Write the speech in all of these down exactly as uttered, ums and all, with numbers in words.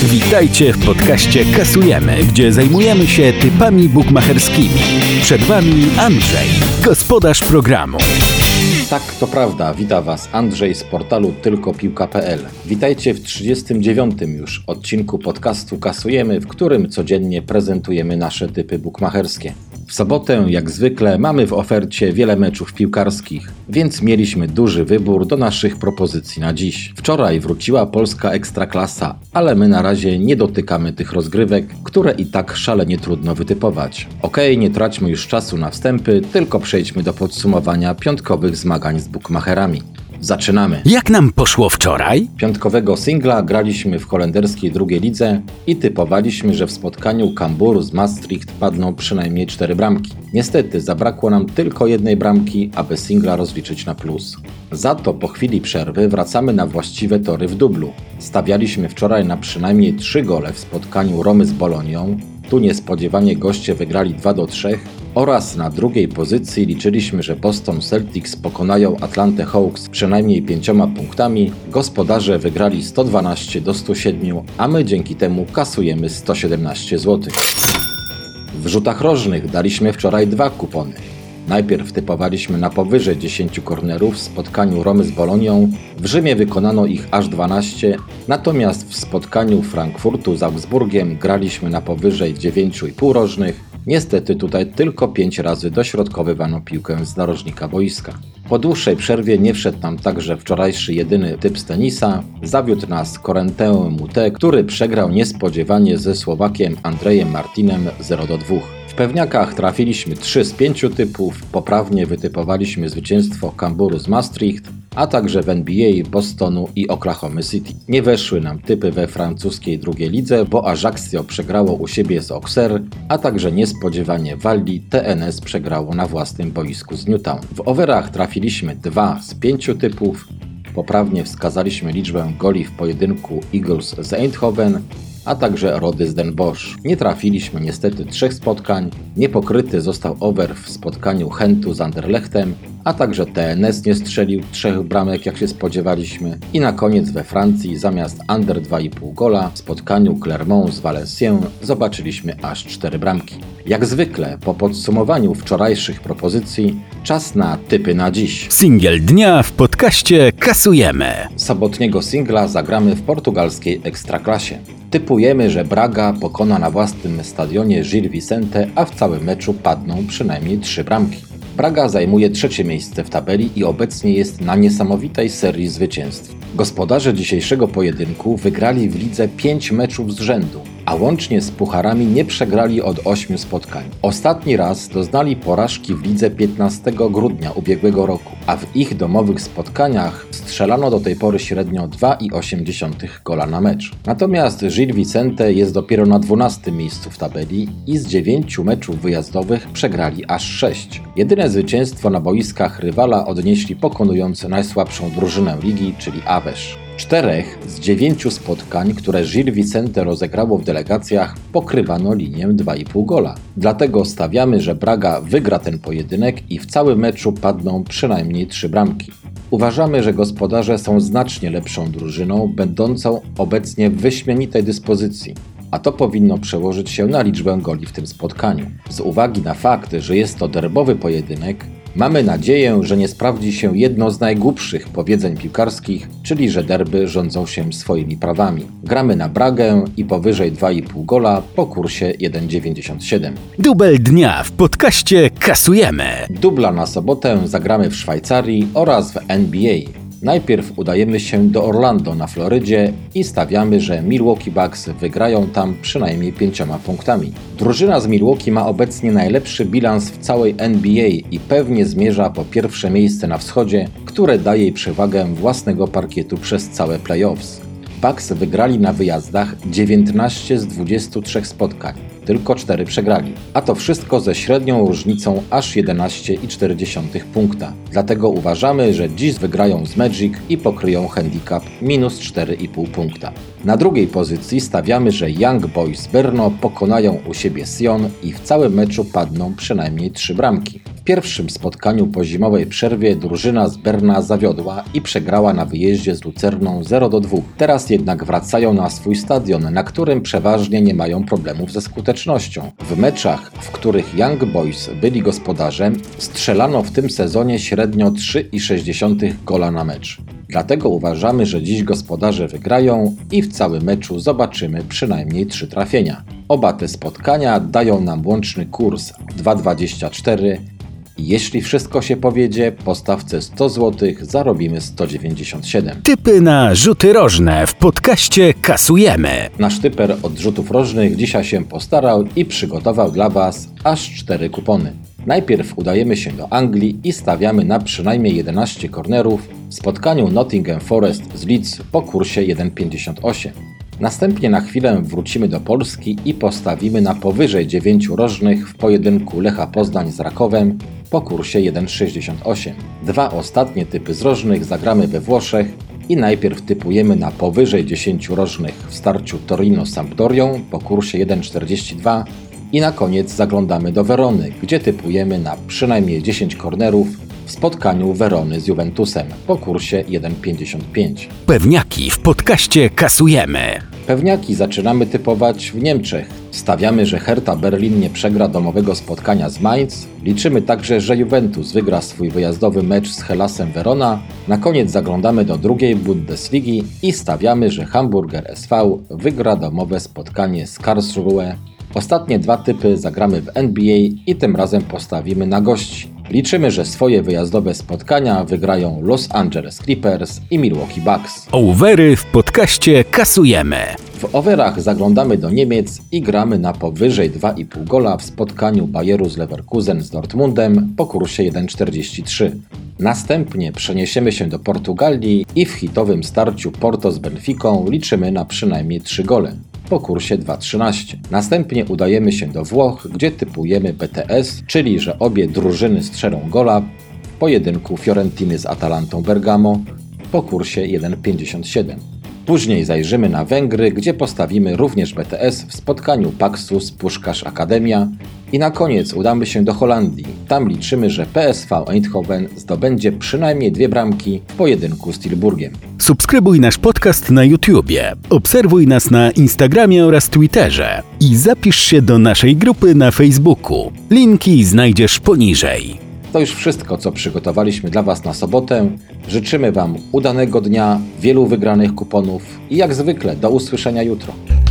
Witajcie w podcaście Kasujemy, gdzie zajmujemy się typami bukmacherskimi. Przed Wami Andrzej, gospodarz programu. Tak, to prawda. Wita Was Andrzej z portalu tylko piłka kropka p l. Witajcie w trzydziestym dziewiątym już odcinku podcastu Kasujemy, w którym codziennie prezentujemy nasze typy bukmacherskie. W sobotę, jak zwykle, mamy w ofercie wiele meczów piłkarskich, więc mieliśmy duży wybór do naszych propozycji na dziś. Wczoraj wróciła polska ekstraklasa, ale my na razie nie dotykamy tych rozgrywek, które i tak szalenie trudno wytypować. Okej, nie traćmy już czasu na wstępy, tylko przejdźmy do podsumowania piątkowych zmagań z bukmacherami. Zaczynamy! Jak nam poszło wczoraj? Piątkowego singla graliśmy w holenderskiej drugiej lidze i typowaliśmy, że w spotkaniu Cambuur z Maastricht padną przynajmniej cztery bramki. Niestety zabrakło nam tylko jednej bramki, aby singla rozliczyć na plus. Za to po chwili przerwy wracamy na właściwe tory w dublu. Stawialiśmy wczoraj na przynajmniej trzy gole w spotkaniu Romy z Bolonią. Tu niespodziewanie goście wygrali dwa do trzech oraz na drugiej pozycji liczyliśmy, że Boston Celtics pokonają Atlantę Hawks przynajmniej pięcioma punktami. Gospodarze wygrali sto dwanaście do stu siedmiu, a my dzięki temu kasujemy sto siedemnaście złotych. W rzutach rożnych daliśmy wczoraj dwa kupony. Najpierw typowaliśmy na powyżej dziesięciu kornerów w spotkaniu Romy z Bolonią. W Rzymie wykonano ich aż dwanaście, natomiast w spotkaniu Frankfurtu z Augsburgiem graliśmy na powyżej dziewięciu i pół rożnych. Niestety tutaj tylko pięć razy dośrodkowywano piłkę z narożnika boiska. Po dłuższej przerwie nie wszedł nam także wczorajszy jedyny typ z tenisa. Zawiódł nas Corentin Moutet, który przegrał niespodziewanie ze Słowakiem Andrejem Martinem zero do dwóch. W pewniakach trafiliśmy trzy z pięciu typów, poprawnie wytypowaliśmy zwycięstwo Cambuuru z Maastricht, a także w N B A Bostonu i Oklahoma City. Nie weszły nam typy we francuskiej drugiej lidze, bo Ajaccio przegrało u siebie z Auxerre, a także niespodziewanie Walli T N S przegrało na własnym boisku z Newtown. W overach trafiliśmy dwa z pięciu typów, poprawnie wskazaliśmy liczbę goli w pojedynku Eagles z Eindhoven, a także Rody z Den Bosch. Nie trafiliśmy niestety trzech spotkań, niepokryty został over w spotkaniu Gentu z Anderlechtem, a także T N S nie strzelił trzech bramek jak się spodziewaliśmy i na koniec we Francji zamiast under dwa i pół gola w spotkaniu Clermont z Valenciennes zobaczyliśmy aż cztery bramki. Jak zwykle po podsumowaniu wczorajszych propozycji czas na typy na dziś. Singiel dnia w podcaście Kasujemy. Sobotniego singla zagramy w portugalskiej ekstraklasie. Typujemy, że Braga pokona na własnym stadionie Gil Vicente, a w całym meczu padną przynajmniej trzy bramki. Braga zajmuje trzecie miejsce w tabeli i obecnie jest na niesamowitej serii zwycięstw. Gospodarze dzisiejszego pojedynku wygrali w lidze pięć meczów z rzędu, a łącznie z pucharami nie przegrali od ośmiu spotkań. Ostatni raz doznali porażki w lidze piętnastego grudnia ubiegłego roku, a w ich domowych spotkaniach strzelano do tej pory średnio dwa i osiem gola na mecz. Natomiast Gil Vicente jest dopiero na dwunastym miejscu w tabeli i z dziewięciu meczów wyjazdowych przegrali aż sześć. Jedyne zwycięstwo na boiskach rywala odnieśli pokonując najsłabszą drużynę ligi, czyli Aves. Czterech z dziewięciu spotkań, które Gil Vicente rozegrało w delegacjach, pokrywano linię dwa i pół gola. Dlatego stawiamy, że Braga wygra ten pojedynek i w całym meczu padną przynajmniej trzy bramki. Uważamy, że gospodarze są znacznie lepszą drużyną, będącą obecnie w wyśmienitej dyspozycji, a to powinno przełożyć się na liczbę goli w tym spotkaniu. Z uwagi na fakt, że jest to derbowy pojedynek, mamy nadzieję, że nie sprawdzi się jedno z najgłupszych powiedzeń piłkarskich, czyli że derby rządzą się swoimi prawami. Gramy na Bragę i powyżej dwa i pół gola po kursie jeden dziewięćdziesiąt siedem. Dubel dnia w podcaście Kasujemy. Dubla na sobotę zagramy w Szwajcarii oraz w N B A. Najpierw udajemy się do Orlando na Florydzie i stawiamy, że Milwaukee Bucks wygrają tam przynajmniej pięcioma punktami. Drużyna z Milwaukee ma obecnie najlepszy bilans w całej N B A i pewnie zmierza po pierwsze miejsce na wschodzie, które daje jej przewagę własnego parkietu przez całe playoffs. Bucks wygrali na wyjazdach dziewiętnaście z dwudziestu trzech spotkań, tylko cztery przegrali, a to wszystko ze średnią różnicą aż jedenaście i cztery dziesiąte punkta. Dlatego uważamy, że dziś wygrają z Magic i pokryją handicap minus cztery i pół punkta. Na drugiej pozycji stawiamy, że Young Boys Brno pokonają u siebie Sion i w całym meczu padną przynajmniej trzy bramki. pierwszym spotkaniu po zimowej przerwie drużyna z Berna zawiodła i przegrała na wyjeździe z Lucerną zero do dwóch. Teraz jednak wracają na swój stadion, na którym przeważnie nie mają problemów ze skutecznością. W meczach, w których Young Boys byli gospodarzem, strzelano w tym sezonie średnio trzy przecinek sześć gola na mecz. Dlatego uważamy, że dziś gospodarze wygrają i w całym meczu zobaczymy przynajmniej trzy trafienia. Oba te spotkania dają nam łączny kurs dwa dwadzieścia cztery i jeśli wszystko się powiedzie, po stawce sto złotych zarobimy sto dziewięćdziesiąt siedem. Typy na rzuty rożne w podcaście Kasujemy. Nasz typer od rzutów rożnych dzisiaj się postarał i przygotował dla Was aż cztery kupony. Najpierw udajemy się do Anglii i stawiamy na przynajmniej jedenaście kornerów w spotkaniu Nottingham Forest z Leeds po kursie jeden pięćdziesiąt osiem. Następnie na chwilę wrócimy do Polski i postawimy na powyżej dziewięciu rożnych w pojedynku Lecha Poznań z Rakowem po kursie jeden sześćdziesiąt osiem. Dwa ostatnie typy z rożnych zagramy we Włoszech i najpierw typujemy na powyżej dziesięciu rożnych w starciu Torino z Sampdorią po kursie jeden czterdzieści dwa i na koniec zaglądamy do Werony, gdzie typujemy na przynajmniej dziesięć kornerów w spotkaniu Werony z Juventusem po kursie jeden pięćdziesiąt pięć. Pewniaki w podcaście Kasujemy. Pewniaki zaczynamy typować w Niemczech. Stawiamy, że Hertha Berlin nie przegra domowego spotkania z Mainz. Liczymy także, że Juventus wygra swój wyjazdowy mecz z Hellasem Verona. Na koniec zaglądamy do drugiej Bundesligi i stawiamy, że Hamburger S V wygra domowe spotkanie z Karlsruhe. Ostatnie dwa typy zagramy w N B A i tym razem postawimy na gości. Liczymy, że swoje wyjazdowe spotkania wygrają Los Angeles Clippers i Milwaukee Bucks. Overy w podcaście Kasujemy. W overach zaglądamy do Niemiec i gramy na powyżej dwa i pół gola w spotkaniu Bayeru z Leverkusen z Dortmundem po kursie jeden czterdzieści trzy. Następnie przeniesiemy się do Portugalii i w hitowym starciu Porto z Benficą liczymy na przynajmniej trzy gole po kursie dwa trzynaście. Następnie udajemy się do Włoch, gdzie typujemy B T S, czyli że obie drużyny strzelą gola w pojedynku Fiorentiny z Atalantą Bergamo po kursie jeden pięćdziesiąt siedem. Później zajrzymy na Węgry, gdzie postawimy również B T S w spotkaniu Paxus Puskás Akademia i na koniec udamy się do Holandii. Tam liczymy, że P S V Eindhoven zdobędzie przynajmniej dwie bramki w pojedynku z Tilburgiem. Subskrybuj nasz podcast na YouTubie, obserwuj nas na Instagramie oraz Twitterze i zapisz się do naszej grupy na Facebooku. Linki znajdziesz poniżej. To już wszystko, co przygotowaliśmy dla Was na sobotę. Życzymy Wam udanego dnia, wielu wygranych kuponów i jak zwykle do usłyszenia jutro.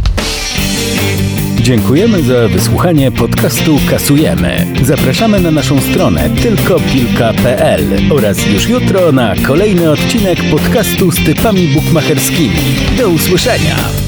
Dziękujemy za wysłuchanie podcastu Kasujemy. Zapraszamy na naszą stronę tylko piłka kropka p l oraz już jutro na kolejny odcinek podcastu z typami bukmacherskimi. Do usłyszenia!